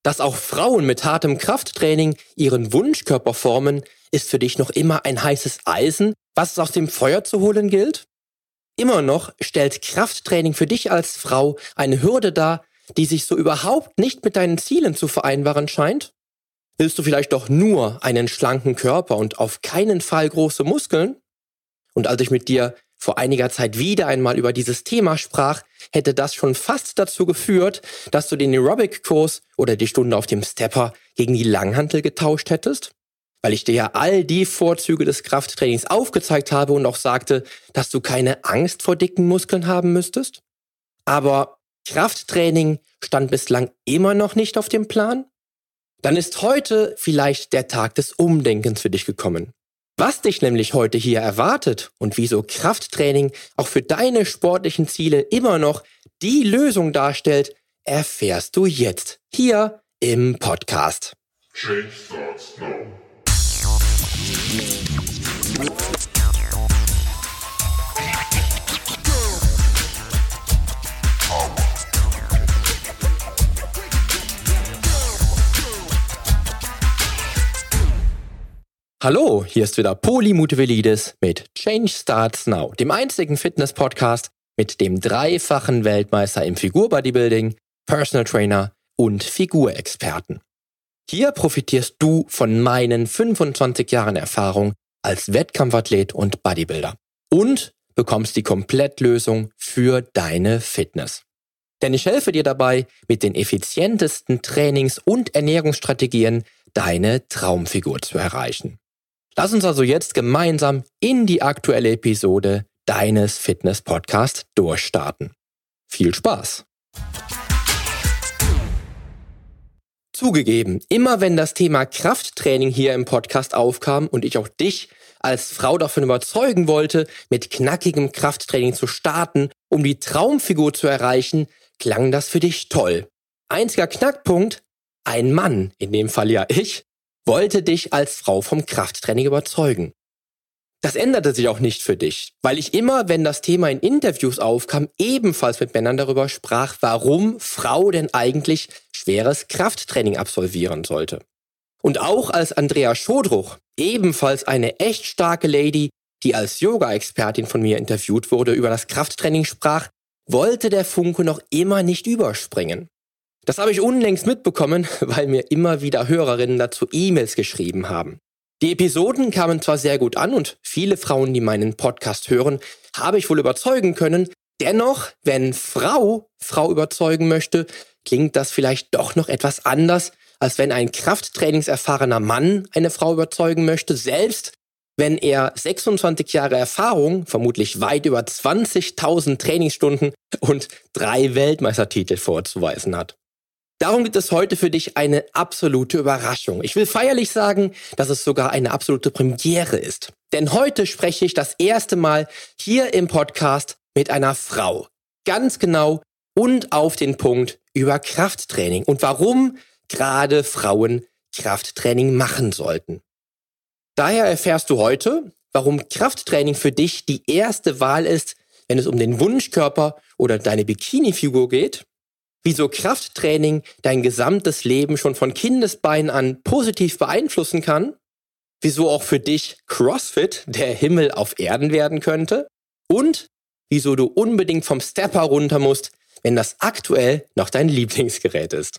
Dass auch Frauen mit hartem Krafttraining ihren Wunschkörper formen, ist für dich noch immer ein heißes Eisen, was es aus dem Feuer zu holen gilt? Immer noch stellt Krafttraining für dich als Frau eine Hürde dar, die sich so überhaupt nicht mit deinen Zielen zu vereinbaren scheint? Willst du vielleicht doch nur einen schlanken Körper und auf keinen Fall große Muskeln? Und als ich mit dir vor einiger Zeit wieder einmal über dieses Thema sprach, hätte das schon fast dazu geführt, dass du den Aerobic-Kurs oder die Stunde auf dem Stepper gegen die Langhantel getauscht hättest? Weil ich dir ja all die Vorzüge des Krafttrainings aufgezeigt habe und auch sagte, dass du keine Angst vor dicken Muskeln haben müsstest? Aber Krafttraining stand bislang immer noch nicht auf dem Plan? Dann ist heute vielleicht der Tag des Umdenkens für dich gekommen. Was dich nämlich heute hier erwartet und wieso Krafttraining auch für deine sportlichen Ziele immer noch die Lösung darstellt, erfährst du jetzt hier im Podcast. Change starts now. Hallo, hier ist wieder Poli Mutevelidis mit Change Starts Now, dem einzigen Fitness-Podcast mit dem dreifachen Weltmeister im Figur-Bodybuilding, Personal Trainer und Figurexperten. Hier profitierst du von meinen 25 Jahren Erfahrung als Wettkampfathlet und Bodybuilder und bekommst die Komplettlösung für deine Fitness. Denn ich helfe dir dabei, mit den effizientesten Trainings- und Ernährungsstrategien deine Traumfigur zu erreichen. Lass uns also jetzt gemeinsam in die aktuelle Episode deines Fitness-Podcasts durchstarten. Viel Spaß! Zugegeben, immer wenn das Thema Krafttraining hier im Podcast aufkam und ich auch dich als Frau davon überzeugen wollte, mit knackigem Krafttraining zu starten, um die Traumfigur zu erreichen, klang das für dich toll. Einziger Knackpunkt, ein Mann, in dem Fall ja ich, wollte dich als Frau vom Krafttraining überzeugen. Das änderte sich auch nicht für dich, weil ich immer, wenn das Thema in Interviews aufkam, ebenfalls mit Männern darüber sprach, warum Frau denn eigentlich schweres Krafttraining absolvieren sollte. Und auch als Andrea Schodruch, ebenfalls eine echt starke Lady, die als Yoga-Expertin von mir interviewt wurde, über das Krafttraining sprach, wollte der Funke noch immer nicht überspringen. Das habe ich unlängst mitbekommen, weil mir immer wieder Hörerinnen dazu E-Mails geschrieben haben. Die Episoden kamen zwar sehr gut an und viele Frauen, die meinen Podcast hören, habe ich wohl überzeugen können. Dennoch, wenn Frau überzeugen möchte, klingt das vielleicht doch noch etwas anders, als wenn ein krafttrainingserfahrener Mann eine Frau überzeugen möchte, selbst wenn er 26 Jahre Erfahrung, vermutlich weit über 20.000 Trainingsstunden und 3 Weltmeistertitel vorzuweisen hat. Darum gibt es heute für dich eine absolute Überraschung. Ich will feierlich sagen, dass es sogar eine absolute Premiere ist. Denn heute spreche ich das erste Mal hier im Podcast mit einer Frau. Ganz genau und auf den Punkt über Krafttraining und warum gerade Frauen Krafttraining machen sollten. Daher erfährst du heute, warum Krafttraining für dich die erste Wahl ist, wenn es um den Wunschkörper oder deine Bikini-Figur geht, wieso Krafttraining dein gesamtes Leben schon von Kindesbeinen an positiv beeinflussen kann, wieso auch für dich CrossFit der Himmel auf Erden werden könnte und wieso du unbedingt vom Stepper runter musst, wenn das aktuell noch dein Lieblingsgerät ist.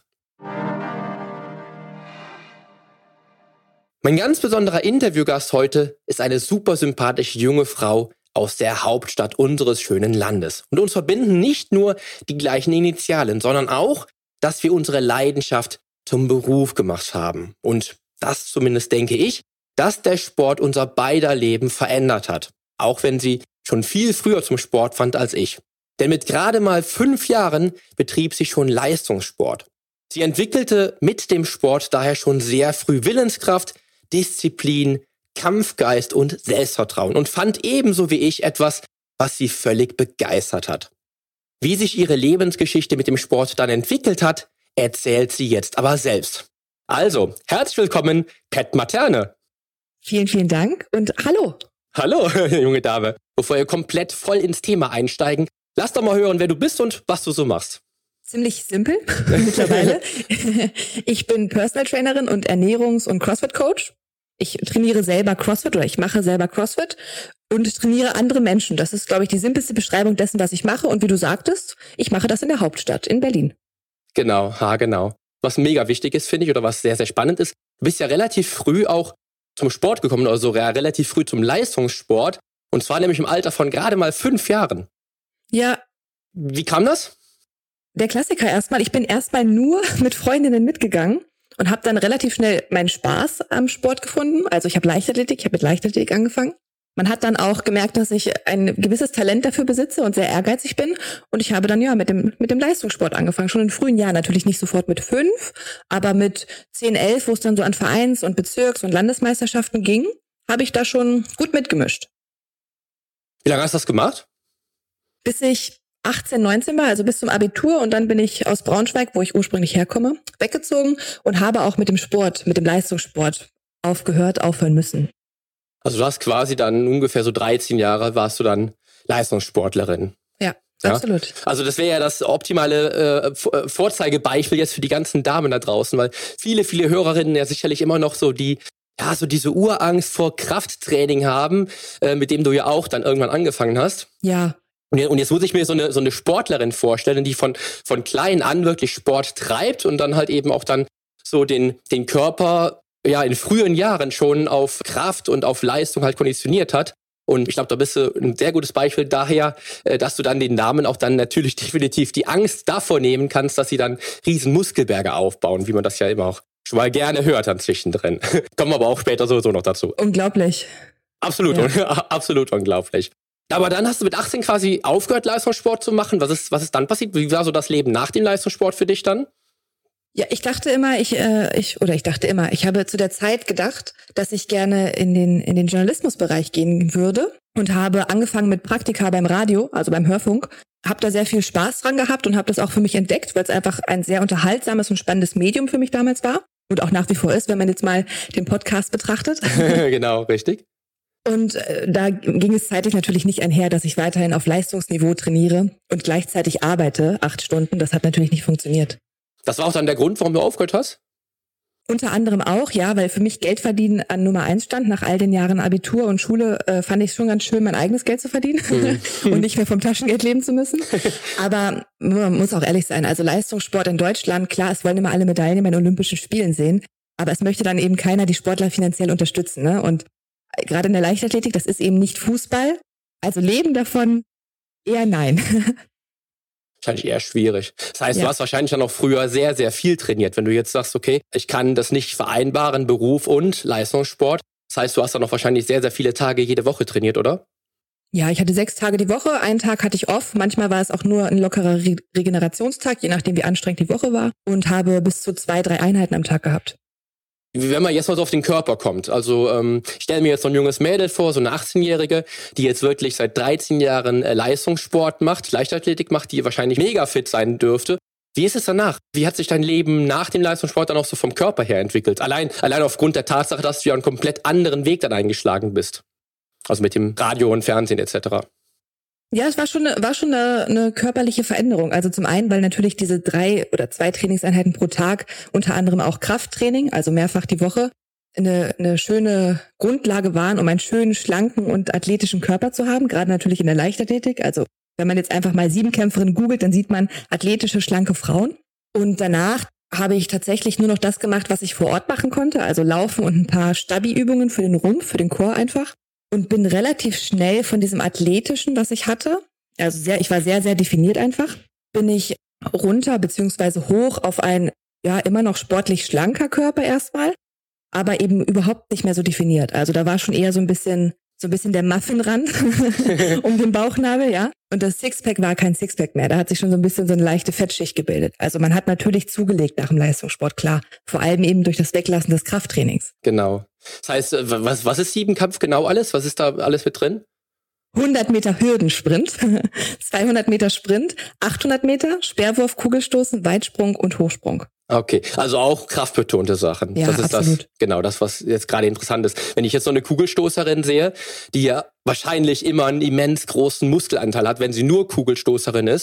Mein ganz besonderer Interviewgast heute ist eine super sympathische junge Frau aus der Hauptstadt unseres schönen Landes. Und uns verbinden nicht nur die gleichen Initialen, sondern auch, dass wir unsere Leidenschaft zum Beruf gemacht haben. Und das zumindest denke ich, dass der Sport unser beider Leben verändert hat. Auch wenn sie schon viel früher zum Sport fand als ich. Denn mit gerade mal 5 Jahren betrieb sie schon Leistungssport. Sie entwickelte mit dem Sport daher schon sehr früh Willenskraft, Disziplin, Kampfgeist und Selbstvertrauen und fand ebenso wie ich etwas, was sie völlig begeistert hat. Wie sich ihre Lebensgeschichte mit dem Sport dann entwickelt hat, erzählt sie jetzt aber selbst. Also, herzlich willkommen, Pat Materne. Vielen, vielen Dank und hallo. Hallo, junge Dame. Bevor wir komplett voll ins Thema einsteigen, lass doch mal hören, wer du bist und was du so machst. Ziemlich simpel mittlerweile. Ich bin Personal Trainerin und Ernährungs- und CrossFit-Coach. Ich trainiere selber CrossFit oder ich mache selber CrossFit und trainiere andere Menschen. Das ist, glaube ich, die simpelste Beschreibung dessen, was ich mache. Und wie du sagtest, ich mache das in der Hauptstadt, in Berlin. Genau, genau. Was mega wichtig ist, finde ich, oder was sehr, sehr spannend ist, du bist ja relativ früh auch zum Sport gekommen, oder so relativ früh zum Leistungssport. Und zwar nämlich im Alter von gerade mal 5 Jahren. Ja. Wie kam das? Der Klassiker erstmal. Ich bin erstmal nur mit Freundinnen mitgegangen und habe dann relativ schnell meinen Spaß am Sport gefunden. Also ich habe mit Leichtathletik angefangen. Man hat dann auch gemerkt, dass ich ein gewisses Talent dafür besitze und sehr ehrgeizig bin. Und ich habe dann mit dem Leistungssport angefangen, schon in frühen Jahren. Natürlich nicht sofort mit 5, aber mit 10, 11, wo es dann so an Vereins- und Bezirks- und Landesmeisterschaften ging, habe ich da schon gut mitgemischt. Wie lange hast du das gemacht? Bis ich 18, 19 war, also bis zum Abitur, und dann bin ich aus Braunschweig, wo ich ursprünglich herkomme, weggezogen und habe auch mit dem Leistungssport aufhören müssen. Also du hast quasi dann ungefähr so 13 Jahre warst du dann Leistungssportlerin. Ja, absolut. Also das wäre ja das optimale Vorzeigebeispiel jetzt für die ganzen Damen da draußen, weil viele, viele Hörerinnen ja sicherlich immer noch so diese Urangst vor Krafttraining haben, mit dem du ja auch dann irgendwann angefangen hast. Ja. Und jetzt muss ich mir so eine Sportlerin vorstellen, die von klein an wirklich Sport treibt und dann halt eben auch dann so den Körper ja in frühen Jahren schon auf Kraft und auf Leistung halt konditioniert hat. Und ich glaube, da bist du ein sehr gutes Beispiel daher, dass du dann den Damen auch dann natürlich definitiv die Angst davor nehmen kannst, dass sie dann riesen Muskelberge aufbauen, wie man das ja immer auch schon mal gerne hört dann zwischendrin. Kommen wir aber auch später sowieso noch dazu. Unglaublich. Absolut, ja. Absolut unglaublich. Aber dann hast du mit 18 quasi aufgehört, Leistungssport zu machen. Was ist dann passiert? Wie war so das Leben nach dem Leistungssport für dich dann? Ja, ich dachte immer, ich habe zu der Zeit gedacht, dass ich gerne in den Journalismusbereich gehen würde und habe angefangen mit Praktika beim Radio, also beim Hörfunk, habe da sehr viel Spaß dran gehabt und habe das auch für mich entdeckt, weil es einfach ein sehr unterhaltsames und spannendes Medium für mich damals war und auch nach wie vor ist, wenn man jetzt mal den Podcast betrachtet. Genau, richtig. Und da ging es zeitlich natürlich nicht einher, dass ich weiterhin auf Leistungsniveau trainiere und gleichzeitig arbeite, 8 Stunden. Das hat natürlich nicht funktioniert. Das war auch dann der Grund, warum du aufgehört hast? Unter anderem auch, ja, weil für mich Geld verdienen an Nummer 1 stand. Nach all den Jahren Abitur und Schule fand ich es schon ganz schön, mein eigenes Geld zu verdienen und nicht mehr vom Taschengeld leben zu müssen. Aber man muss auch ehrlich sein, also Leistungssport in Deutschland, klar, es wollen immer alle Medaillen bei den Olympischen Spielen sehen, aber es möchte dann eben keiner die Sportler finanziell unterstützen, ne? Und gerade in der Leichtathletik, das ist eben nicht Fußball, also leben davon eher nein. Wahrscheinlich eher schwierig. Das heißt, Ja. Du hast wahrscheinlich dann auch früher sehr, sehr viel trainiert. Wenn du jetzt sagst, okay, ich kann das nicht vereinbaren, Beruf und Leistungssport. Das heißt, du hast dann auch wahrscheinlich sehr, sehr viele Tage jede Woche trainiert, oder? Ja, ich hatte 6 Tage die Woche, einen Tag hatte ich off, manchmal war es auch nur ein lockerer Regenerationstag, je nachdem wie anstrengend die Woche war, und habe bis zu 2, 3 Einheiten am Tag gehabt. Wenn man jetzt mal so auf den Körper kommt, also ich stelle mir jetzt so ein junges Mädel vor, so eine 18-Jährige, die jetzt wirklich seit 13 Jahren Leistungssport macht, Leichtathletik macht, die wahrscheinlich mega fit sein dürfte. Wie ist es danach? Wie hat sich dein Leben nach dem Leistungssport dann auch so vom Körper her entwickelt? Allein aufgrund der Tatsache, dass du ja einen komplett anderen Weg dann eingeschlagen bist. Also mit dem Radio und Fernsehen etc. Ja, es war schon eine körperliche Veränderung. Also zum einen, weil natürlich diese 3 oder 2 Trainingseinheiten pro Tag, unter anderem auch Krafttraining, also mehrfach die Woche, eine schöne Grundlage waren, um einen schönen, schlanken und athletischen Körper zu haben, gerade natürlich in der Leichtathletik. Also wenn man jetzt einfach mal 7-Kämpferinnen googelt, dann sieht man athletische, schlanke Frauen. Und danach habe ich tatsächlich nur noch das gemacht, was ich vor Ort machen konnte, also Laufen und ein paar Stabi-Übungen für den Rumpf, für den Chor einfach. Und bin relativ schnell von diesem Athletischen, was ich hatte, also ich war sehr, sehr definiert einfach, bin ich runter beziehungsweise hoch auf ein, ja, immer noch sportlich schlanker Körper erstmal, aber eben überhaupt nicht mehr so definiert. Also da war schon eher so ein bisschen der Muffinrand um den Bauchnabel, ja. Und das Sixpack war kein Sixpack mehr. Da hat sich schon so ein bisschen so eine leichte Fettschicht gebildet. Also man hat natürlich zugelegt nach dem Leistungssport, klar. Vor allem eben durch das Weglassen des Krafttrainings. Genau. Das heißt, was ist Siebenkampf genau alles? Was ist da alles mit drin? 100 Meter Hürdensprint, 200 Meter Sprint, 800 Meter Speerwurf, Kugelstoßen, Weitsprung und Hochsprung. Okay, also auch kraftbetonte Sachen. Ja, das ist absolut. das, was jetzt gerade interessant ist. Wenn ich jetzt so eine Kugelstoßerin sehe, die ja wahrscheinlich immer einen immens großen Muskelanteil hat, wenn sie nur Kugelstoßerin ist,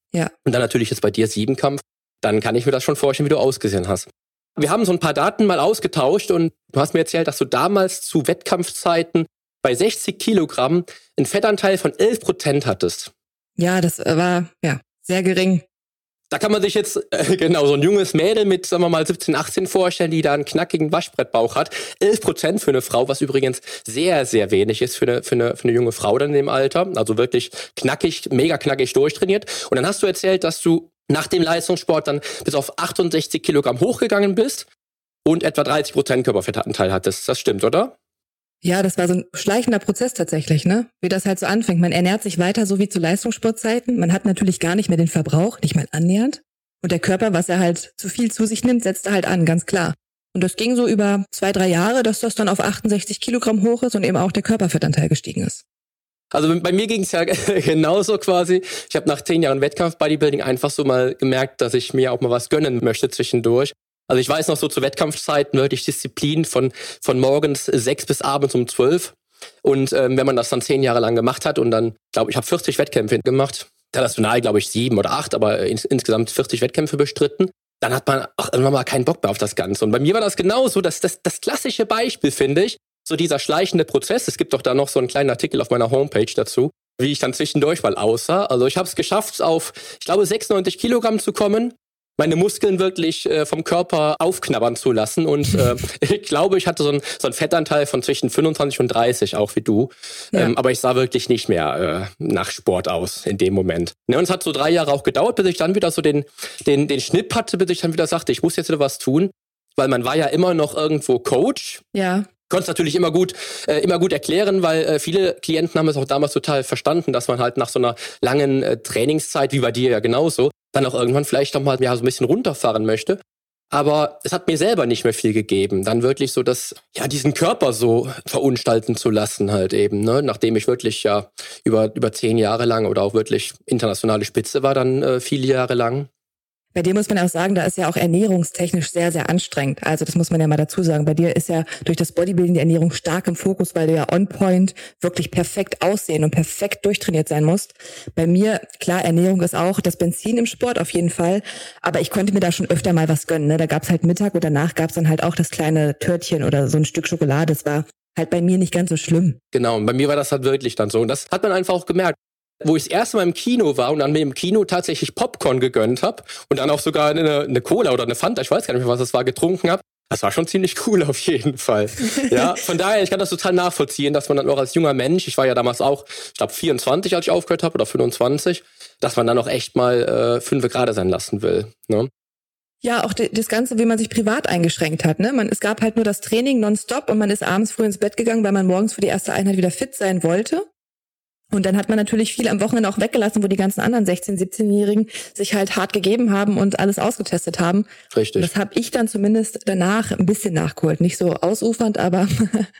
Ja. Und dann natürlich jetzt bei dir Siebenkampf. Dann kann ich mir das schon vorstellen, wie du ausgesehen hast. Wir haben so ein paar Daten mal ausgetauscht und du hast mir erzählt, dass du damals zu Wettkampfzeiten bei 60 Kilogramm einen Fettanteil von 11% hattest. Ja, das war sehr gering. Da kann man sich jetzt so ein junges Mädel mit, sagen wir mal, 17, 18 vorstellen, die da einen knackigen Waschbrettbauch hat. 11% für eine Frau, was übrigens sehr, sehr wenig ist für eine junge Frau dann in dem Alter. Also wirklich knackig, mega knackig durchtrainiert. Und dann hast du erzählt, dass du nach dem Leistungssport dann bis auf 68 Kilogramm hochgegangen bist und etwa 30% Körperfettanteil hattest. Das stimmt, oder? Ja, das war so ein schleichender Prozess tatsächlich, ne? Wie das halt so anfängt. Man ernährt sich weiter so wie zu Leistungssportzeiten. Man hat natürlich gar nicht mehr den Verbrauch, nicht mal annähernd. Und der Körper, was er halt zu viel zu sich nimmt, setzt er halt an, ganz klar. Und das ging so über 2-3 Jahre, dass das dann auf 68 Kilogramm hoch ist und eben auch der Körperfettanteil gestiegen ist. Also bei mir ging es ja genauso quasi. Ich habe nach 10 Jahren Wettkampf-Bodybuilding einfach so mal gemerkt, dass ich mir auch mal was gönnen möchte zwischendurch. Also ich weiß noch so zu Wettkampfzeiten wirklich Disziplin von morgens 6 bis abends um 12. Und wenn man das dann 10 Jahre lang gemacht hat und dann, glaube ich, habe 40 Wettkämpfe gemacht, international glaube ich 7 oder 8, aber insgesamt 40 Wettkämpfe bestritten, dann hat man auch irgendwann mal keinen Bock mehr auf das Ganze. Und bei mir war das genauso, das klassische Beispiel, finde ich, so dieser schleichende Prozess. Es gibt doch da noch so einen kleinen Artikel auf meiner Homepage dazu, wie ich dann zwischendurch mal aussah. Also ich habe es geschafft, auf, ich glaube, 96 Kilogramm zu kommen, meine Muskeln wirklich vom Körper aufknabbern zu lassen. Und ich glaube, ich hatte so einen Fettanteil von zwischen 25 und 30, auch wie du. Ja. Aber ich sah wirklich nicht mehr nach Sport aus in dem Moment. Ne, und es hat so 3 Jahre auch gedauert, bis ich dann wieder so den Schnipp hatte, bis ich dann wieder sagte, ich muss jetzt wieder was tun. Weil man war ja immer noch irgendwo Coach. Ja. Konnte es natürlich immer gut erklären, weil viele Klienten haben es auch damals total verstanden, dass man halt nach so einer langen Trainingszeit, wie bei dir ja genauso, dann auch irgendwann vielleicht noch mal so ein bisschen runterfahren möchte. Aber es hat mir selber nicht mehr viel gegeben, dann wirklich so diesen Körper so verunstalten zu lassen halt eben, ne? Nachdem ich wirklich ja über 10 Jahre lang oder auch wirklich internationale Spitze war dann viele Jahre lang. Bei dir muss man auch sagen, da ist ja auch ernährungstechnisch sehr, sehr anstrengend. Also das muss man ja mal dazu sagen. Bei dir ist ja durch das Bodybuilding die Ernährung stark im Fokus, weil du ja on point wirklich perfekt aussehen und perfekt durchtrainiert sein musst. Bei mir, klar, Ernährung ist auch das Benzin im Sport auf jeden Fall. Aber ich konnte mir da schon öfter mal was gönnen. Ne? Da gab's halt Mittag und danach gab's dann halt auch das kleine Törtchen oder so ein Stück Schokolade. Das war halt bei mir nicht ganz so schlimm. Genau, und bei mir war das halt wirklich dann so. Und das hat man einfach auch gemerkt. Wo ich das erste Mal im Kino war und dann mir im Kino tatsächlich Popcorn gegönnt habe und dann auch sogar eine Cola oder eine Fanta, ich weiß gar nicht mehr, was das war, getrunken habe. Das war schon ziemlich cool auf jeden Fall. Ja, von daher, ich kann das total nachvollziehen, dass man dann auch als junger Mensch, ich war ja damals auch, ich glaube 24, als ich aufgehört habe, oder 25, dass man dann auch echt mal 5 gerade sein lassen will. Ne? Ja, auch das Ganze, wie man sich privat eingeschränkt hat. Ne? Es gab halt nur das Training nonstop und man ist abends früh ins Bett gegangen, weil man morgens für die erste Einheit wieder fit sein wollte. Und dann hat man natürlich viel am Wochenende auch weggelassen, wo die ganzen anderen 16-, 17-Jährigen sich halt hart gegeben haben und alles ausgetestet haben. Richtig. Und das habe ich dann zumindest danach ein bisschen nachgeholt. Nicht so ausufernd, aber...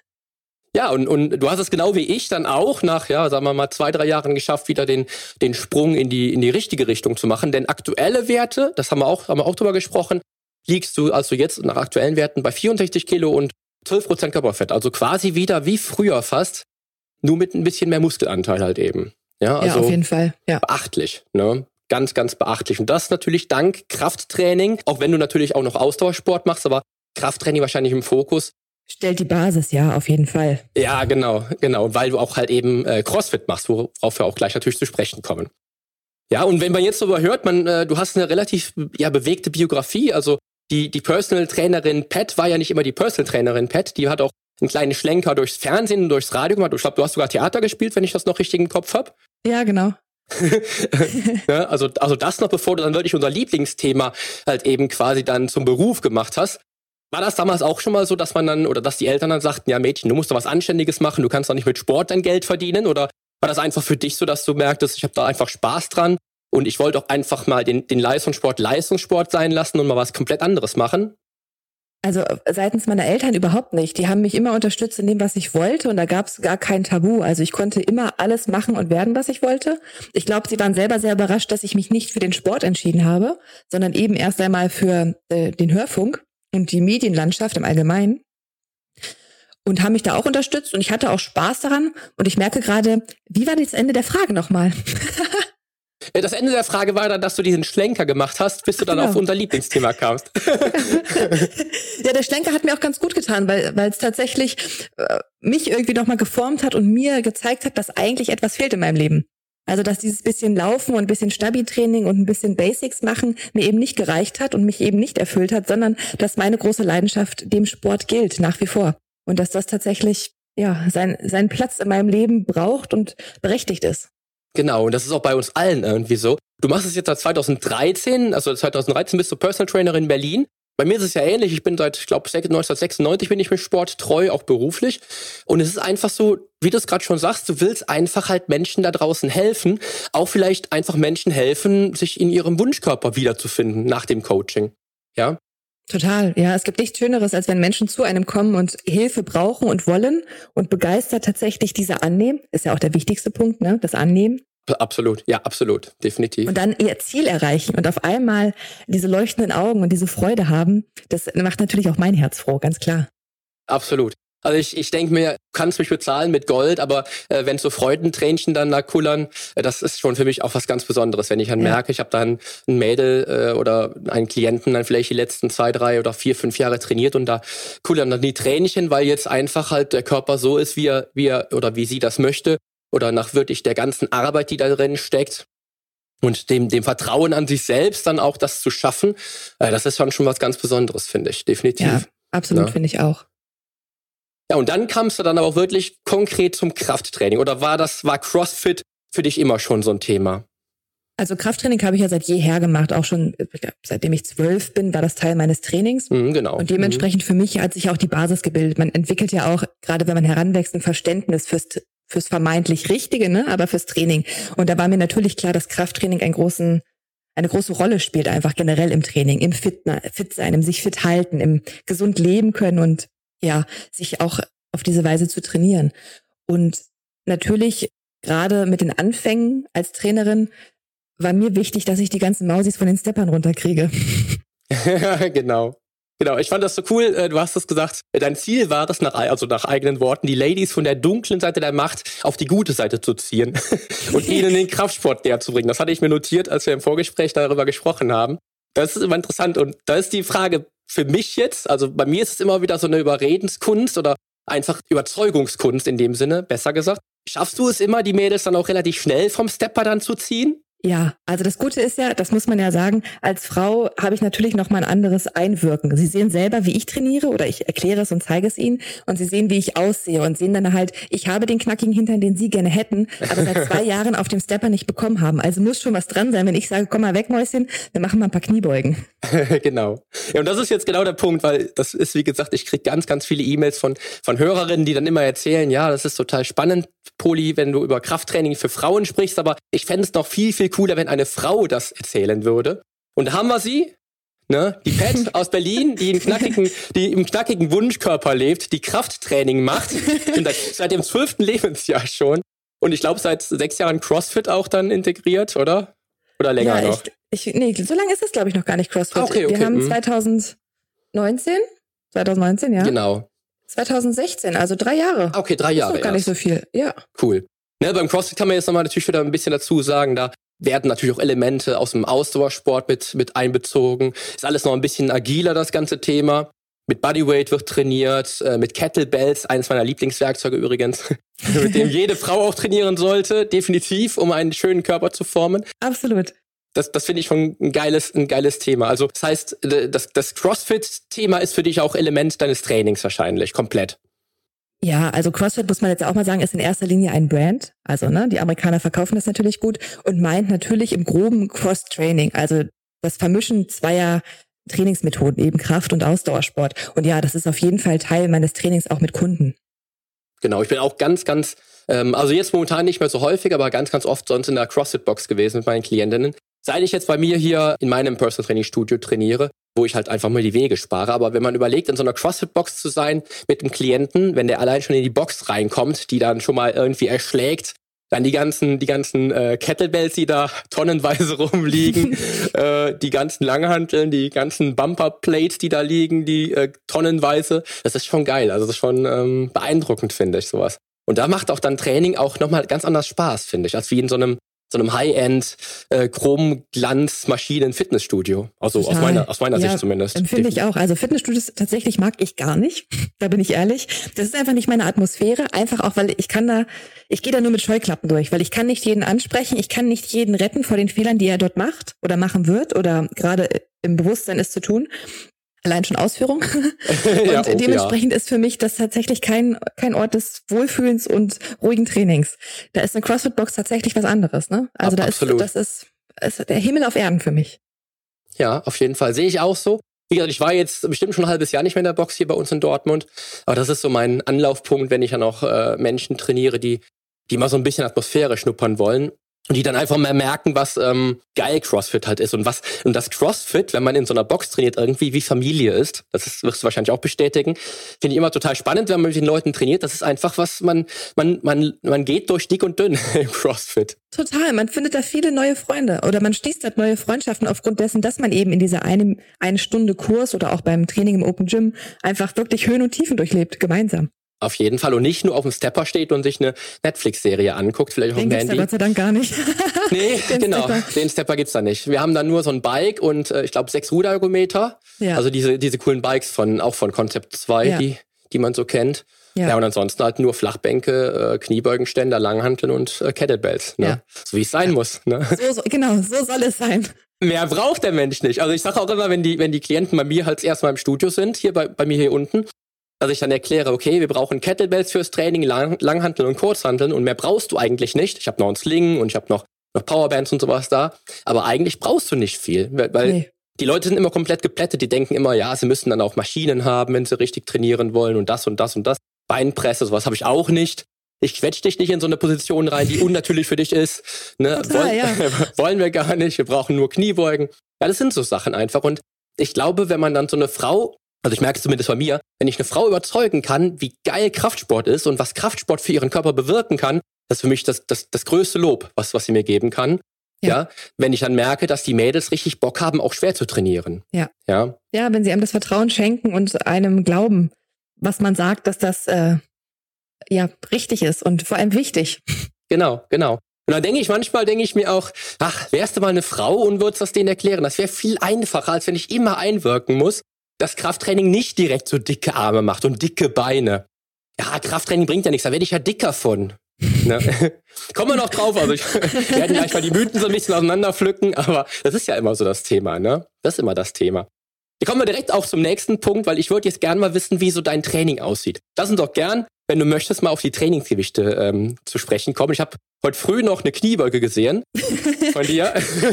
Ja, und du hast es genau wie ich dann auch nach, sagen wir mal, 2-3 Jahren geschafft, wieder den Sprung in die richtige Richtung zu machen. Denn aktuelle Werte, das haben wir auch drüber gesprochen, liegst du also jetzt nach aktuellen Werten bei 64 Kilo und 12% Körperfett. Also quasi wieder wie früher fast. Nur mit ein bisschen mehr Muskelanteil halt eben. Ja, also ja, auf jeden Fall. Ja. Beachtlich, ne? Ganz, ganz beachtlich. Und das natürlich dank Krafttraining, auch wenn du natürlich auch noch Ausdauersport machst, aber Krafttraining wahrscheinlich im Fokus. Stellt die Basis, ja, auf jeden Fall. Ja, genau. Weil du auch halt eben Crossfit machst, worauf wir auch gleich natürlich zu sprechen kommen. Ja, und wenn man jetzt darüber hört, du hast eine relativ bewegte Biografie, also die Personal Trainerin Pat war ja nicht immer die Personal Trainerin Pat, die hat auch einen kleinen Schlenker durchs Fernsehen und durchs Radio gemacht. Ich glaube, du hast sogar Theater gespielt, wenn ich das noch richtig im Kopf habe. Ja, genau. Ja, also das noch, bevor du dann wirklich unser Lieblingsthema halt eben quasi dann zum Beruf gemacht hast. War das damals auch schon mal so, dass man dann, oder dass die Eltern dann sagten, ja Mädchen, du musst doch was Anständiges machen, du kannst doch nicht mit Sport dein Geld verdienen? Oder war das einfach für dich so, dass du merktest, ich habe da einfach Spaß dran und ich wollte auch einfach mal den Leistungssport sein lassen und mal was komplett anderes machen? Also seitens meiner Eltern überhaupt nicht. Die haben mich immer unterstützt in dem, was ich wollte und da gab es gar kein Tabu. Also ich konnte immer alles machen und werden, was ich wollte. Ich glaube, sie waren selber sehr überrascht, dass ich mich nicht für den Sport entschieden habe, sondern eben erst einmal für den Hörfunk und die Medienlandschaft im Allgemeinen und haben mich da auch unterstützt und ich hatte auch Spaß daran und ich merke gerade, wie war das Ende der Frage nochmal? Das Ende der Frage war dann, dass du diesen Schlenker gemacht hast, bis du dann auf unser Lieblingsthema kamst. Ja, der Schlenker hat mir auch ganz gut getan, weil es tatsächlich mich irgendwie nochmal geformt hat und mir gezeigt hat, dass eigentlich etwas fehlt in meinem Leben. Also, dass dieses bisschen Laufen und ein bisschen Stabi-Training und ein bisschen Basics machen mir eben nicht gereicht hat und mich eben nicht erfüllt hat, sondern dass meine große Leidenschaft dem Sport gilt, nach wie vor. Und dass das tatsächlich, seinen Platz in meinem Leben braucht und berechtigt ist. Genau, und das ist auch bei uns allen irgendwie so. Du machst es jetzt seit 2013, also 2013 bist du Personal Trainerin in Berlin. Bei mir ist es ja ähnlich, ich bin seit, ich glaube, 1996 bin ich mit Sport treu, auch beruflich. Und es ist einfach so, wie du es gerade schon sagst, du willst einfach halt Menschen da draußen helfen, auch vielleicht einfach Menschen helfen, sich in ihrem Wunschkörper wiederzufinden nach dem Coaching. Ja? Total, ja. Es gibt nichts Schöneres, als wenn Menschen zu einem kommen und Hilfe brauchen und wollen und begeistert tatsächlich diese annehmen. Ist ja auch der wichtigste Punkt, ne? Das Annehmen. Absolut, ja, absolut, definitiv. Und dann ihr Ziel erreichen und auf einmal diese leuchtenden Augen und diese Freude haben, das macht natürlich auch mein Herz froh, ganz klar. Absolut. Also ich denke mir, du kannst mich bezahlen mit Gold, aber wenn so Freudentränchen dann da kullern, das ist schon für mich auch was ganz Besonderes. Wenn ich dann merke, ich habe dann ein Mädel oder einen Klienten dann vielleicht die letzten 2, 3 oder 4, 5 Jahre trainiert und da kullern dann die Tränchen, weil jetzt einfach halt der Körper so ist, wie er oder wie sie das möchte. Oder nach wirklich der ganzen Arbeit, die da drin steckt und dem Vertrauen an sich selbst dann auch das zu schaffen, das ist schon was ganz Besonderes, finde ich, definitiv. Ja, absolut, finde ich auch. Ja, und dann kamst du dann aber auch wirklich konkret zum Krafttraining oder war CrossFit für dich immer schon so ein Thema? Also Krafttraining habe ich ja seit jeher gemacht, auch schon seitdem ich 12 bin, war das Teil meines Trainings. Genau. Und dementsprechend für mich hat sich auch die Basis gebildet. Man entwickelt ja auch, gerade wenn man heranwächst, ein Verständnis fürs vermeintlich Richtige, ne, aber fürs Training. Und da war mir natürlich klar, dass Krafttraining eine große Rolle spielt, einfach generell im Training, im fit sein, im sich fit halten, im gesund leben können und sich auch auf diese Weise zu trainieren. Und natürlich, gerade mit den Anfängen als Trainerin, war mir wichtig, dass ich die ganzen Mausis von den Steppern runterkriege. Genau. Genau, ich fand das so cool, du hast es gesagt, dein Ziel war es, nach eigenen Worten, die Ladies von der dunklen Seite der Macht auf die gute Seite zu ziehen und ihnen den Kraftsport näher zu bringen. Das hatte ich mir notiert, als wir im Vorgespräch darüber gesprochen haben. Das ist immer interessant und da ist die Frage für mich jetzt, also bei mir ist es immer wieder so eine Überredenskunst oder einfach Überzeugungskunst in dem Sinne, besser gesagt. Schaffst du es immer, die Mädels dann auch relativ schnell vom Stepper dann zu ziehen? Ja, also das Gute ist ja, das muss man ja sagen, als Frau habe ich natürlich noch mal ein anderes Einwirken. Sie sehen selber, wie ich trainiere oder ich erkläre es und zeige es ihnen und sie sehen, wie ich aussehe und sehen dann halt, ich habe den knackigen Hintern, den sie gerne hätten, aber seit 2 Jahren auf dem Stepper nicht bekommen haben. Also muss schon was dran sein, wenn ich sage, komm mal weg, Mäuschen, wir machen mal ein paar Kniebeugen. Genau. Ja, und das ist jetzt genau der Punkt, weil das ist, wie gesagt, ich kriege ganz, ganz viele E-Mails von Hörerinnen, die dann immer erzählen, ja, das ist total spannend, Poli, wenn du über Krafttraining für Frauen sprichst, aber ich fände es noch viel, viel cooler, wenn eine Frau das erzählen würde. Und da haben wir sie, ne, die Pat aus Berlin, die im knackigen Wunschkörper lebt, die Krafttraining macht, und seit dem 12. Lebensjahr schon. Und ich glaube, seit 6 Jahren CrossFit auch dann integriert, oder? Oder länger noch? Nee, so lange ist es, glaube ich, noch gar nicht CrossFit. Okay. Wir haben 2019, ja. Genau. 2016, also 3 Jahre. Okay, 3 Jahre. Das ist doch gar nicht so viel, ja. Cool. Ne, beim CrossFit kann man jetzt nochmal natürlich wieder ein bisschen dazu sagen, da werden natürlich auch Elemente aus dem Ausdauersport mit einbezogen. Ist alles noch ein bisschen agiler, das ganze Thema. Mit Bodyweight wird trainiert, mit Kettlebells, eines meiner Lieblingswerkzeuge übrigens, mit dem jede Frau auch trainieren sollte, definitiv, um einen schönen Körper zu formen. Absolut. Das finde ich schon ein geiles Thema. Also das heißt, das CrossFit-Thema ist für dich auch Element deines Trainings wahrscheinlich, komplett. Ja, also CrossFit muss man jetzt auch mal sagen, ist in erster Linie ein Brand. Also ne, die Amerikaner verkaufen das natürlich gut und meint natürlich im groben Cross-Training, also das Vermischen zweier Trainingsmethoden, eben Kraft- und Ausdauersport. Und ja, das ist auf jeden Fall Teil meines Trainings auch mit Kunden. Genau, ich bin auch ganz, also jetzt momentan nicht mehr so häufig, aber ganz, ganz oft sonst in der CrossFit-Box gewesen mit meinen Klientinnen. Seit ich jetzt bei mir hier in meinem Personal Training Studio trainiere, wo ich halt einfach mal die Wege spare. Aber wenn man überlegt, in so einer CrossFit-Box zu sein mit einem Klienten, wenn der allein schon in die Box reinkommt, die dann schon mal irgendwie erschlägt, dann die ganzen Kettlebells, die da tonnenweise rumliegen, die ganzen Langhanteln, die ganzen Bumper-Plates, die da liegen, die tonnenweise. Das ist schon geil. Also das ist schon beeindruckend, finde ich, sowas. Und da macht auch dann Training auch nochmal ganz anders Spaß, finde ich, als wie in so einem so einem High-End Chromglanz-Maschinen-Fitnessstudio. Also aus meiner Sicht zumindest. Empfinde ich auch. Also Fitnessstudios tatsächlich mag ich gar nicht. Da bin ich ehrlich. Das ist einfach nicht meine Atmosphäre. Einfach auch, weil ich gehe da nur mit Scheuklappen durch, weil ich kann nicht jeden ansprechen. Ich kann nicht jeden retten vor den Fehlern, die er dort macht oder machen wird oder gerade im Bewusstsein ist zu tun. Allein schon Ausführung. Und dementsprechend ist für mich das tatsächlich kein Ort des Wohlfühlens und ruhigen Trainings. Da ist eine CrossFit-Box tatsächlich was anderes, ne? Also das ist der Himmel auf Erden für mich. Ja, auf jeden Fall. Sehe ich auch so. Wie gesagt, ich war jetzt bestimmt schon ein halbes Jahr nicht mehr in der Box hier bei uns in Dortmund. Aber das ist so mein Anlaufpunkt, wenn ich dann auch Menschen trainiere, die mal so ein bisschen Atmosphäre schnuppern wollen. Und die dann einfach mal merken, was geil CrossFit halt ist und das CrossFit, wenn man in so einer Box trainiert, irgendwie wie Familie ist. Wirst du wahrscheinlich auch bestätigen. Finde ich immer total spannend, wenn man mit den Leuten trainiert. Das ist einfach was, man geht durch dick und dünn im CrossFit. Total, man findet da viele neue Freunde oder man schließt halt neue Freundschaften aufgrund dessen, dass man eben in dieser eine Stunde Kurs oder auch beim Training im Open Gym einfach wirklich Höhen und Tiefen durchlebt, gemeinsam. Auf jeden Fall und nicht nur auf dem Stepper steht und sich eine Netflix-Serie anguckt, vielleicht auf dem Handy. Den gibt's da Gott sei Dank gar nicht. Nee, genau, den Stepper gibt's da nicht. Wir haben da nur so ein Bike und ich glaube 6 Ruderergometer. Ja. Also diese coolen Bikes auch von Concept 2, ja. die man so kennt. Ja, und ansonsten halt nur Flachbänke, Kniebeugenständer, Langhanteln und Kettlebells. Ne? Ja. So wie es sein muss. Ne? Genau, so soll es sein. Mehr braucht der Mensch nicht. Also ich sage auch immer, wenn die Klienten bei mir halt erstmal im Studio sind, hier bei mir hier unten, dass ich dann erkläre, okay, wir brauchen Kettlebells fürs Training, Langhanteln und Kurzhanteln und mehr brauchst du eigentlich nicht. Ich habe noch einen Sling und ich habe noch Powerbands und sowas da. Aber eigentlich brauchst du nicht viel, weil die Leute sind immer komplett geplättet. Die denken immer, ja, sie müssen dann auch Maschinen haben, wenn sie richtig trainieren wollen und das und das und das. Beinpresse, sowas habe ich auch nicht. Ich quetsche dich nicht in so eine Position rein, die unnatürlich für dich ist. Ne? Wollen wir gar nicht. Wir brauchen nur Kniebeugen. Ja, das sind so Sachen einfach. Und ich glaube, wenn man dann so eine Frau, also ich merke es zumindest bei mir, wenn ich eine Frau überzeugen kann, wie geil Kraftsport ist und was Kraftsport für ihren Körper bewirken kann, das ist für mich das größte Lob, was sie mir geben kann. Ja, wenn ich dann merke, dass die Mädels richtig Bock haben, auch schwer zu trainieren. Ja, wenn sie einem das Vertrauen schenken und einem glauben, was man sagt, dass das richtig ist und vor allem wichtig. Genau. Und dann denke ich mir auch, wärst du mal eine Frau und würdest das denen erklären. Das wäre viel einfacher, als wenn ich immer einwirken muss, dass Krafttraining nicht direkt so dicke Arme macht und dicke Beine. Ja, Krafttraining bringt ja nichts, da werde ich ja dicker von. Ne? Kommen wir noch drauf, also wir werden gleich mal die Mythen so ein bisschen auseinanderpflücken, aber das ist ja immer so das Thema, ne? Das ist immer das Thema. Wir kommen direkt auch zum nächsten Punkt, weil ich würde jetzt gerne mal wissen, wie so dein Training aussieht. Lass uns doch gern, wenn du möchtest, mal auf die Trainingsgewichte zu sprechen kommen. Ich habe heute früh noch eine Kniebeuge gesehen von dir.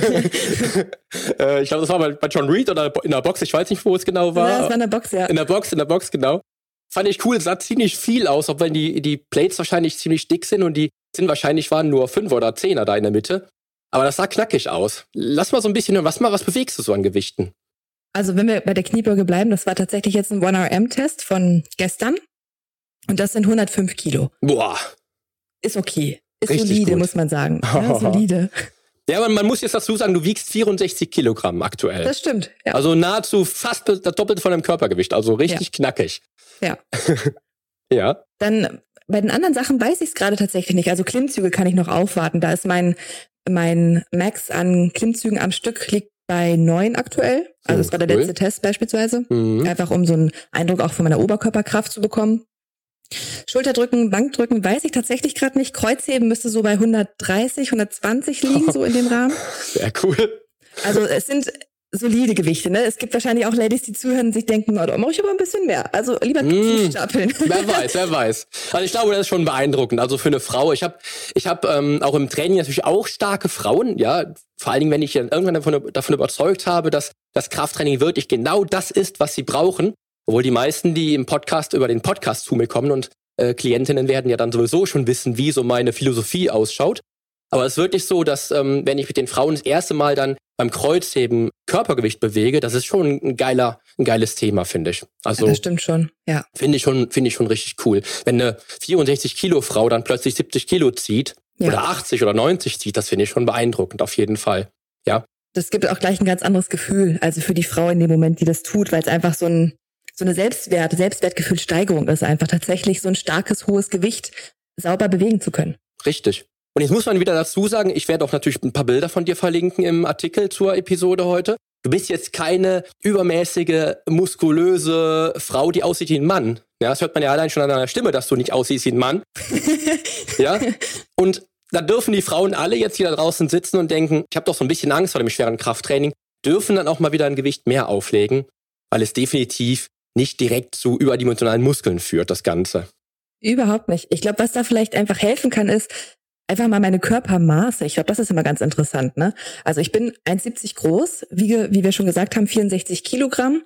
Ich glaube, das war bei John Reed oder in der Box. Ich weiß nicht, wo es genau war. Ja, das war in der Box, ja. In der Box, genau. Fand ich cool, sah ziemlich viel aus, auch wenn die Plates wahrscheinlich ziemlich dick sind und die waren nur 5 oder 10er da in der Mitte. Aber das sah knackig aus. Lass mal so ein bisschen hören, was bewegst du so an Gewichten? Also wenn wir bei der Kniebeuge bleiben, das war tatsächlich jetzt ein 1RM-Test von gestern. Und das sind 105 Kilo. Boah. Ist okay. Ist richtig solide, gut. Muss man sagen. Ja, solide. Ja, aber man muss jetzt dazu sagen, du wiegst 64 Kilogramm aktuell. Das stimmt, ja. Also nahezu fast das Doppelte von deinem Körpergewicht. Also richtig knackig. Ja. Ja. Dann bei den anderen Sachen weiß ich es gerade tatsächlich nicht. Also Klimmzüge kann ich noch aufwarten. Da ist mein Max an Klimmzügen am Stück liegt bei 9 aktuell. Also das war der letzte Test beispielsweise. Mhm. Einfach um so einen Eindruck auch von meiner Oberkörperkraft zu bekommen. Schulterdrücken, Bankdrücken weiß ich tatsächlich gerade nicht. Kreuzheben müsste so bei 130, 120 liegen, so in dem Rahmen. Sehr cool. Also es sind solide Gewichte, ne? Es gibt wahrscheinlich auch Ladies, die zuhören und sich denken, da mache ich aber ein bisschen mehr. Also lieber stapeln. Wer weiß. Also ich glaube, das ist schon beeindruckend. Also für eine Frau, ich hab auch im Training natürlich auch starke Frauen, ja. Vor allen Dingen, wenn ich irgendwann davon überzeugt habe, dass das Krafttraining wirklich genau das ist, was sie brauchen. Obwohl die meisten, die über den Podcast zu mir kommen und Klientinnen werden ja dann sowieso schon wissen, wie so meine Philosophie ausschaut. Aber es ist wirklich so, dass wenn ich mit den Frauen das erste Mal dann beim Kreuzheben Körpergewicht bewege, das ist schon ein geiles Thema, finde ich. Also ja, das stimmt schon, ja. Finde ich schon richtig cool. Wenn eine 64 Kilo Frau dann plötzlich 70 Kilo zieht oder 80 oder 90 zieht, das finde ich schon beeindruckend, auf jeden Fall. Ja. Das gibt auch gleich ein ganz anderes Gefühl, also für die Frau in dem Moment, die das tut, weil es einfach so eine Selbstwertgefühlssteigerung ist, einfach tatsächlich so ein starkes, hohes Gewicht sauber bewegen zu können. Richtig. Und jetzt muss man wieder dazu sagen, ich werde auch natürlich ein paar Bilder von dir verlinken im Artikel zur Episode heute. Du bist jetzt keine übermäßige, muskulöse Frau, die aussieht wie ein Mann. Ja, das hört man ja allein schon an deiner Stimme, dass du nicht aussiehst wie ein Mann. Ja, und da dürfen die Frauen alle jetzt, die da draußen sitzen und denken, ich habe doch so ein bisschen Angst vor dem schweren Krafttraining, dürfen dann auch mal wieder ein Gewicht mehr auflegen, weil es definitiv nicht direkt zu überdimensionalen Muskeln führt, das Ganze. Überhaupt nicht. Ich glaube, was da vielleicht einfach helfen kann, ist einfach mal meine Körpermaße. Ich glaube, das ist immer ganz interessant, ne? Also ich bin 1,70 groß, wiege, wie wir schon gesagt haben, 64 Kilogramm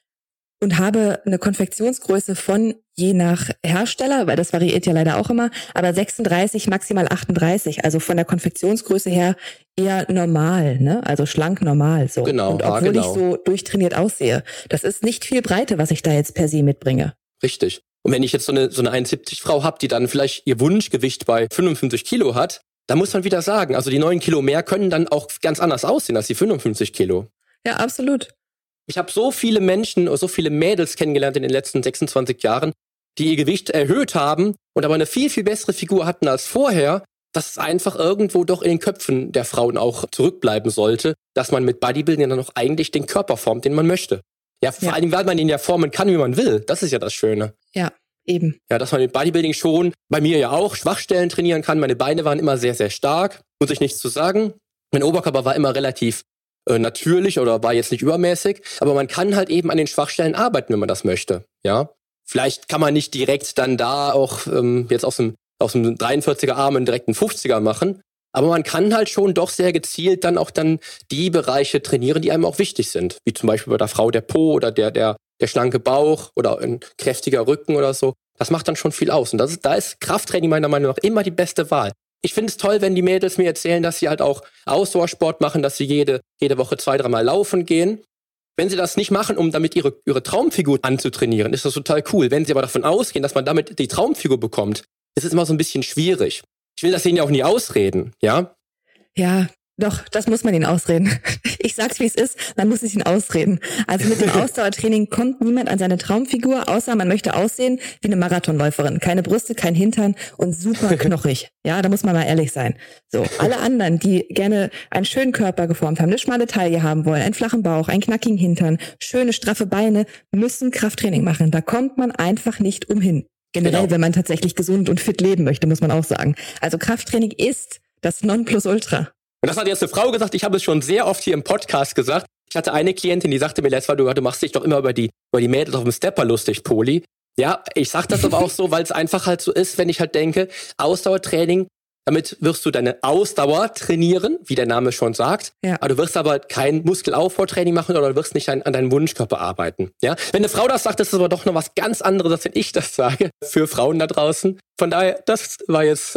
und habe eine Konfektionsgröße von, je nach Hersteller, weil das variiert ja leider auch immer, aber 36, maximal 38. Also von der Konfektionsgröße her eher normal, ne? Also schlank normal so. Genau, und obwohl ich so durchtrainiert aussehe. Das ist nicht viel Breite, was ich da jetzt per se mitbringe. Richtig. Und wenn ich jetzt so eine 1,70 Frau habe, die dann vielleicht ihr Wunschgewicht bei 55 Kilo hat, dann muss man wieder sagen, also die 9 Kilo mehr können dann auch ganz anders aussehen als die 55 Kilo. Ja, absolut. Ich habe so viele Menschen oder so viele Mädels kennengelernt in den letzten 26 Jahren, die ihr Gewicht erhöht haben und aber eine viel, viel bessere Figur hatten als vorher, dass es einfach irgendwo doch in den Köpfen der Frauen auch zurückbleiben sollte, dass man mit Bodybuilding dann auch eigentlich den Körper formt, den man möchte. Ja, vor allem, weil man ihn ja formen kann, wie man will. Das ist ja das Schöne. Ja, eben. Ja, dass man mit Bodybuilding schon, bei mir ja auch, Schwachstellen trainieren kann. Meine Beine waren immer sehr, sehr stark. Muss ich nichts zu sagen. Mein Oberkörper war immer relativ natürlich oder war jetzt nicht übermäßig. Aber man kann halt eben an den Schwachstellen arbeiten, wenn man das möchte. Ja, vielleicht kann man nicht direkt dann da auch jetzt aus dem 43er Arm einen direkten 50er machen. Aber man kann halt schon doch sehr gezielt dann auch die Bereiche trainieren, die einem auch wichtig sind. Wie zum Beispiel bei der Frau der Po oder der schlanke Bauch oder ein kräftiger Rücken oder so. Das macht dann schon viel aus. Und da ist Krafttraining meiner Meinung nach immer die beste Wahl. Ich finde es toll, wenn die Mädels mir erzählen, dass sie halt auch Ausdauersport machen, dass sie jede Woche 2-3 Mal laufen gehen. Wenn sie das nicht machen, um damit ihre Traumfigur anzutrainieren, ist das total cool. Wenn sie aber davon ausgehen, dass man damit die Traumfigur bekommt, ist es immer so ein bisschen schwierig. Ich will das denen ja auch nie ausreden, ja? Ja, doch, das muss man ihnen ausreden. Ich sag's, wie es ist, man muss es ihnen ausreden. Also mit dem Ausdauertraining kommt niemand an seine Traumfigur, außer man möchte aussehen wie eine Marathonläuferin. Keine Brüste, kein Hintern und super knochig. Ja, da muss man mal ehrlich sein. So, alle anderen, die gerne einen schönen Körper geformt haben, eine schmale Taille haben wollen, einen flachen Bauch, einen knackigen Hintern, schöne, straffe Beine, müssen Krafttraining machen. Da kommt man einfach nicht umhin. Generell, wenn man tatsächlich gesund und fit leben möchte, muss man auch sagen. Also Krafttraining ist das Nonplusultra. Und das hat jetzt eine Frau gesagt, ich habe es schon sehr oft hier im Podcast gesagt. Ich hatte eine Klientin, die sagte mir letztes Mal, du machst dich doch immer über die Mädels auf dem Stepper lustig, Poli. Ja, ich sag das aber auch so, weil es einfach halt so ist, wenn ich halt denke, Ausdauertraining, damit wirst du deine Ausdauer trainieren, wie der Name schon sagt. Ja. Aber du wirst aber kein Muskelaufbautraining machen oder du wirst nicht an deinem Wunschkörper arbeiten. Ja? Wenn eine Frau das sagt, ist das aber doch noch was ganz anderes, als wenn ich das sage, für Frauen da draußen. Von daher, das war jetzt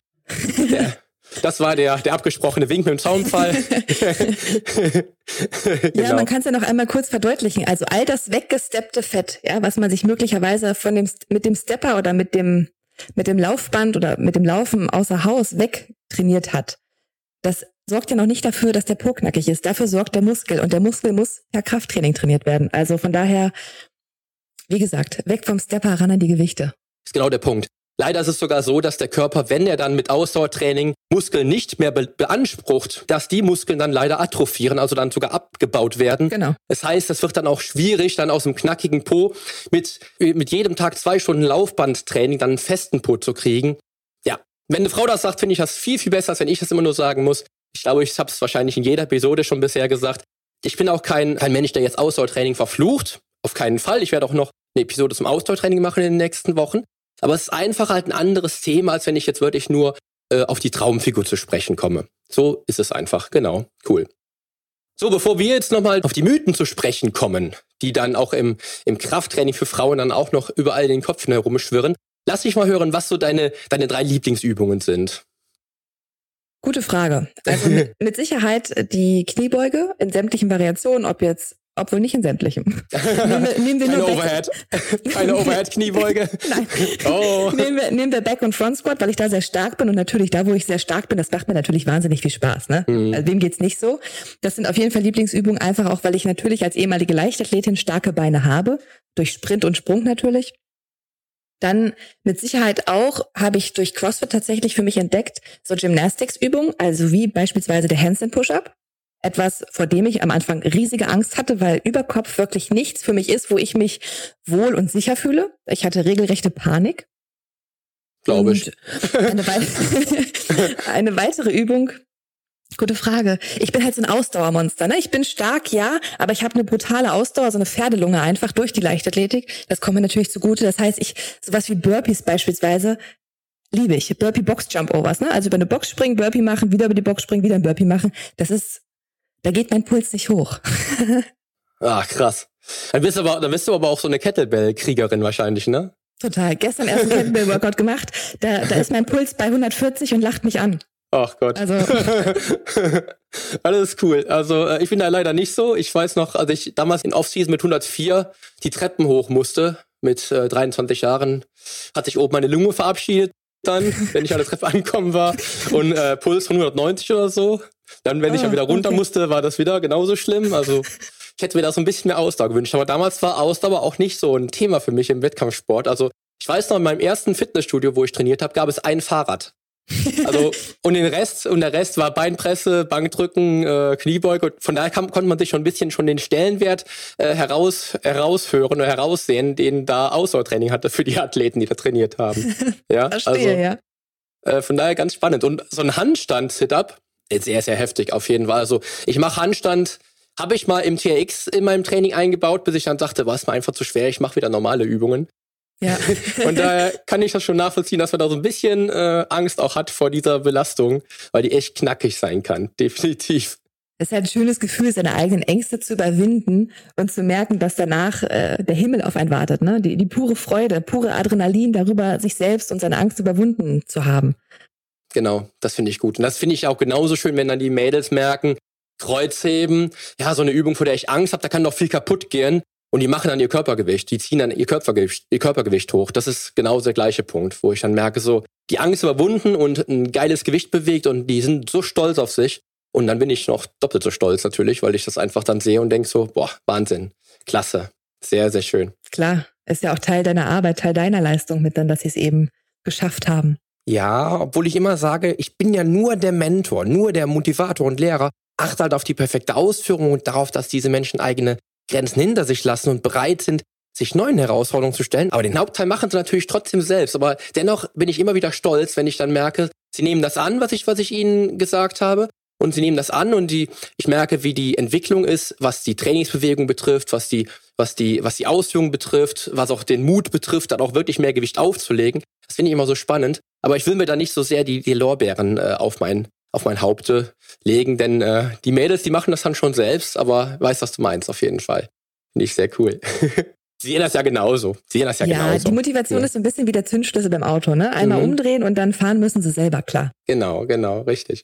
das war der abgesprochene Wink mit dem Zaunpfahl. Genau. Ja, man kann es ja noch einmal kurz verdeutlichen. Also all das weggesteppte Fett, ja, was man sich möglicherweise mit dem Stepper oder mit dem Laufband oder mit dem Laufen außer Haus wegtrainiert hat, das sorgt ja noch nicht dafür, dass der Po knackig ist. Dafür sorgt der Muskel und der Muskel muss per Krafttraining trainiert werden. Also von daher, wie gesagt, weg vom Stepper, ran an die Gewichte. Das ist genau der Punkt. Leider ist es sogar so, dass der Körper, wenn er dann mit Ausdauertraining Muskeln nicht mehr beansprucht, dass die Muskeln dann leider atrophieren, also dann sogar abgebaut werden. Genau. Das heißt, es wird dann auch schwierig, dann aus dem knackigen Po mit jedem Tag 2 Stunden Laufbandtraining dann einen festen Po zu kriegen. Ja, wenn eine Frau das sagt, finde ich das viel, viel besser, als wenn ich das immer nur sagen muss. Ich glaube, ich habe es wahrscheinlich in jeder Episode schon bisher gesagt. Ich bin auch kein Mensch, der jetzt Ausdauertraining verflucht. Auf keinen Fall. Ich werde auch noch eine Episode zum Ausdauertraining machen in den nächsten Wochen. Aber es ist einfach halt ein anderes Thema, als wenn ich jetzt wirklich nur auf die Traumfigur zu sprechen komme. So ist es einfach, genau, cool. So, bevor wir jetzt nochmal auf die Mythen zu sprechen kommen, die dann auch im Krafttraining für Frauen dann auch noch überall in den Köpfen herumschwirren, lass mich mal hören, was so deine 3 Lieblingsübungen sind. Gute Frage. Also mit Sicherheit die Kniebeuge in sämtlichen Variationen, obwohl nicht in sämtlichem. Nehmen wir keine nur Overhead. Keine Overhead-Kniebeuge. Nein. Oh. Nehmen wir Back- und Front Squat, weil ich da sehr stark bin. Und natürlich, da wo ich sehr stark bin, das macht mir natürlich wahnsinnig viel Spaß. Ne? Also wem geht's nicht so? Das sind auf jeden Fall Lieblingsübungen, einfach auch, weil ich natürlich als ehemalige Leichtathletin starke Beine habe. Durch Sprint und Sprung natürlich. Dann mit Sicherheit auch habe ich durch CrossFit tatsächlich für mich entdeckt, so Gymnastics-Übungen, also wie beispielsweise der Handstand Push-Up. Etwas, vor dem ich am Anfang riesige Angst hatte, weil Überkopf wirklich nichts für mich ist, wo ich mich wohl und sicher fühle. Ich hatte regelrechte Panik. Glaube ich. Eine weitere Übung. Gute Frage. Ich bin halt so ein Ausdauermonster, ne? Ich bin stark, ja, aber ich habe eine brutale Ausdauer, so eine Pferdelunge einfach durch die Leichtathletik. Das kommt mir natürlich zugute. Das heißt, sowas wie Burpees beispielsweise liebe ich. Burpee Box Jump Overs, ne? Also über eine Box springen, Burpee machen, wieder über die Box springen, wieder ein Burpee machen. Da geht mein Puls nicht hoch. Ach, krass. Dann bist du aber auch so eine Kettlebell-Kriegerin wahrscheinlich, ne? Total. Gestern erst einen Kettlebell-Workout gemacht. Da ist mein Puls bei 140 und lacht mich an. Ach Gott. Also. Alles cool. Also ich bin da leider nicht so. Ich weiß noch, als ich damals in Off-Season mit 104 die Treppen hoch musste, mit 23 Jahren, hat sich oben meine Lunge verabschiedet dann, wenn ich an der Treppe angekommen war. Und Puls von 190 oder so. Dann, wenn ich dann wieder runter musste, war das wieder genauso schlimm. Also ich hätte mir da so ein bisschen mehr Ausdauer gewünscht. Aber damals war Ausdauer auch nicht so ein Thema für mich im Wettkampfsport. Also ich weiß noch, in meinem ersten Fitnessstudio, wo ich trainiert habe, gab es ein Fahrrad. Also und der Rest war Beinpresse, Bankdrücken, Kniebeuge. Von daher konnte man sich schon ein bisschen den Stellenwert heraushören oder heraussehen, den da Ausdauertraining hatte für die Athleten, die da trainiert haben. Ja, Verstehe, ja. Von daher ganz spannend. Und so ein Handstand-Sit-Up ist sehr, sehr heftig auf jeden Fall. Also ich mache Handstand, habe ich mal im TRX in meinem Training eingebaut, bis ich dann dachte, war es mir einfach zu schwer, ich mache wieder normale Übungen. Ja. Von daher kann ich das schon nachvollziehen, dass man da so ein bisschen Angst auch hat vor dieser Belastung, weil die echt knackig sein kann, definitiv. Es ist halt ein schönes Gefühl, seine eigenen Ängste zu überwinden und zu merken, dass danach der Himmel auf einen wartet, ne? Die pure Freude, pure Adrenalin darüber, sich selbst und seine Angst überwunden zu haben. Genau, das finde ich gut. Und das finde ich auch genauso schön, wenn dann die Mädels merken, Kreuzheben, ja, so eine Übung, vor der ich Angst habe, da kann doch viel kaputt gehen. Und die machen dann ihr Körpergewicht, die ziehen dann ihr Körpergewicht hoch. Das ist genau der gleiche Punkt, wo ich dann merke, so, die Angst überwunden und ein geiles Gewicht bewegt und die sind so stolz auf sich. Und dann bin ich noch doppelt so stolz natürlich, weil ich das einfach dann sehe und denke so, boah, Wahnsinn, klasse, sehr, sehr schön. Klar, ist ja auch Teil deiner Arbeit, Teil deiner Leistung mit dann, dass sie es eben geschafft haben. Ja, obwohl ich immer sage, ich bin ja nur der Mentor, nur der Motivator und Lehrer, achte halt auf die perfekte Ausführung und darauf, dass diese Menschen eigene Grenzen hinter sich lassen und bereit sind, sich neuen Herausforderungen zu stellen. Aber den Hauptteil machen sie natürlich trotzdem selbst. Aber dennoch bin ich immer wieder stolz, wenn ich dann merke, sie nehmen das an, was ich ihnen gesagt habe. Und sie nehmen das an und ich merke, wie die Entwicklung ist, was die Trainingsbewegung betrifft, was die Ausführung betrifft, was auch den Mut betrifft, dann auch wirklich mehr Gewicht aufzulegen. Das finde ich immer so spannend. Aber ich will mir da nicht so sehr die Lorbeeren auf mein Haupte legen, denn die Mädels, die machen das dann schon selbst, aber weiß, was du meinst, auf jeden Fall. Finde ich sehr cool. Sie sehen das ja genauso. Ja, die Motivation ist so ein bisschen wie der Zündschlüssel beim Auto, ne? Einmal umdrehen und dann fahren müssen sie selber, klar. Genau, richtig.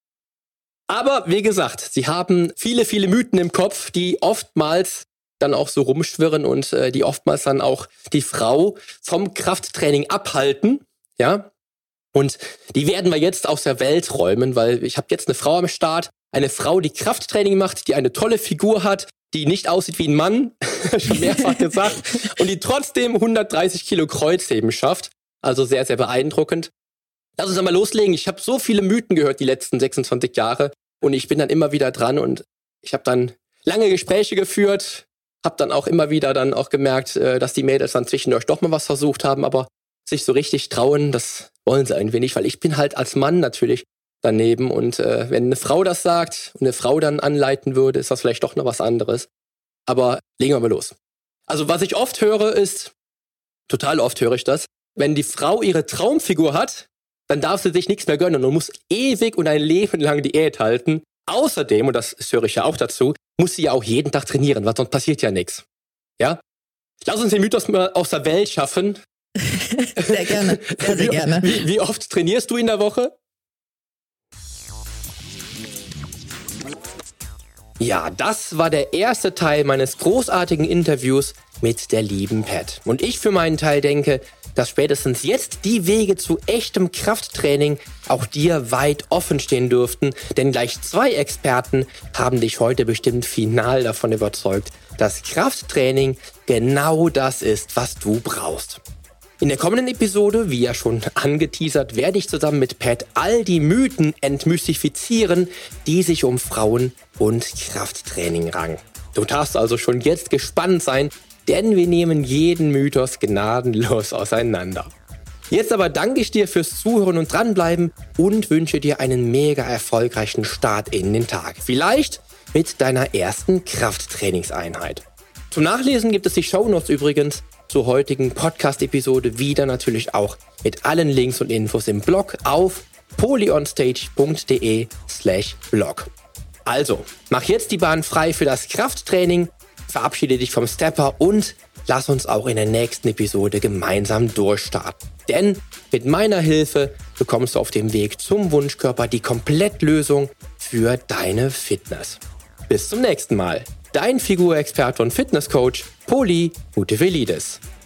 Aber wie gesagt, sie haben viele, viele Mythen im Kopf, die oftmals dann auch so rumschwirren und die oftmals dann auch die Frau vom Krafttraining abhalten, ja? Und die werden wir jetzt aus der Welt räumen, weil ich habe jetzt eine Frau am Start, eine Frau, die Krafttraining macht, die eine tolle Figur hat, die nicht aussieht wie ein Mann, schon mehrfach gesagt, und die trotzdem 130 Kilo Kreuzheben schafft. Also sehr, sehr beeindruckend. Lass uns einmal loslegen. Ich habe so viele Mythen gehört die letzten 26 Jahre und ich bin dann immer wieder dran und ich habe dann lange Gespräche geführt, habe dann auch immer wieder dann auch gemerkt, dass die Mädels dann zwischendurch doch mal was versucht haben, aber sich so richtig trauen, das wollen sie ein wenig, weil ich bin halt als Mann natürlich daneben und wenn eine Frau das sagt und eine Frau dann anleiten würde, ist das vielleicht doch noch was anderes. Aber legen wir mal los. Also was ich oft höre ist, total oft höre ich das, wenn die Frau ihre Traumfigur hat, dann darf sie sich nichts mehr gönnen und muss ewig und ein Leben lang Diät halten. Außerdem, und das höre ich ja auch dazu, muss sie ja auch jeden Tag trainieren, weil sonst passiert ja nichts. Ja? Lass uns den Mythos mal aus der Welt schaffen. Sehr gerne, sehr gerne. Wie oft trainierst du in der Woche? Ja, das war der erste Teil meines großartigen Interviews mit der lieben Pat. Und ich für meinen Teil denke, dass spätestens jetzt die Wege zu echtem Krafttraining auch dir weit offen stehen dürften, denn gleich 2 Experten haben dich heute bestimmt final davon überzeugt, dass Krafttraining genau das ist, was du brauchst. In der kommenden Episode, wie ja schon angeteasert, werde ich zusammen mit Pat all die Mythen entmystifizieren, die sich um Frauen und Krafttraining ranken. Du darfst also schon jetzt gespannt sein, denn wir nehmen jeden Mythos gnadenlos auseinander. Jetzt aber danke ich dir fürs Zuhören und Dranbleiben und wünsche dir einen mega erfolgreichen Start in den Tag. Vielleicht mit deiner ersten Krafttrainingseinheit. Zum Nachlesen gibt es die Shownotes übrigens zur heutigen Podcast-Episode wieder natürlich auch mit allen Links und Infos im Blog auf polyonstage.de/blog. Also, mach jetzt die Bahn frei für das Krafttraining, verabschiede dich vom Stepper und lass uns auch in der nächsten Episode gemeinsam durchstarten. Denn mit meiner Hilfe bekommst du auf dem Weg zum Wunschkörper die Komplettlösung für deine Fitness. Bis zum nächsten Mal. Dein Figurexperte und Fitnesscoach Poly Mutevelidis.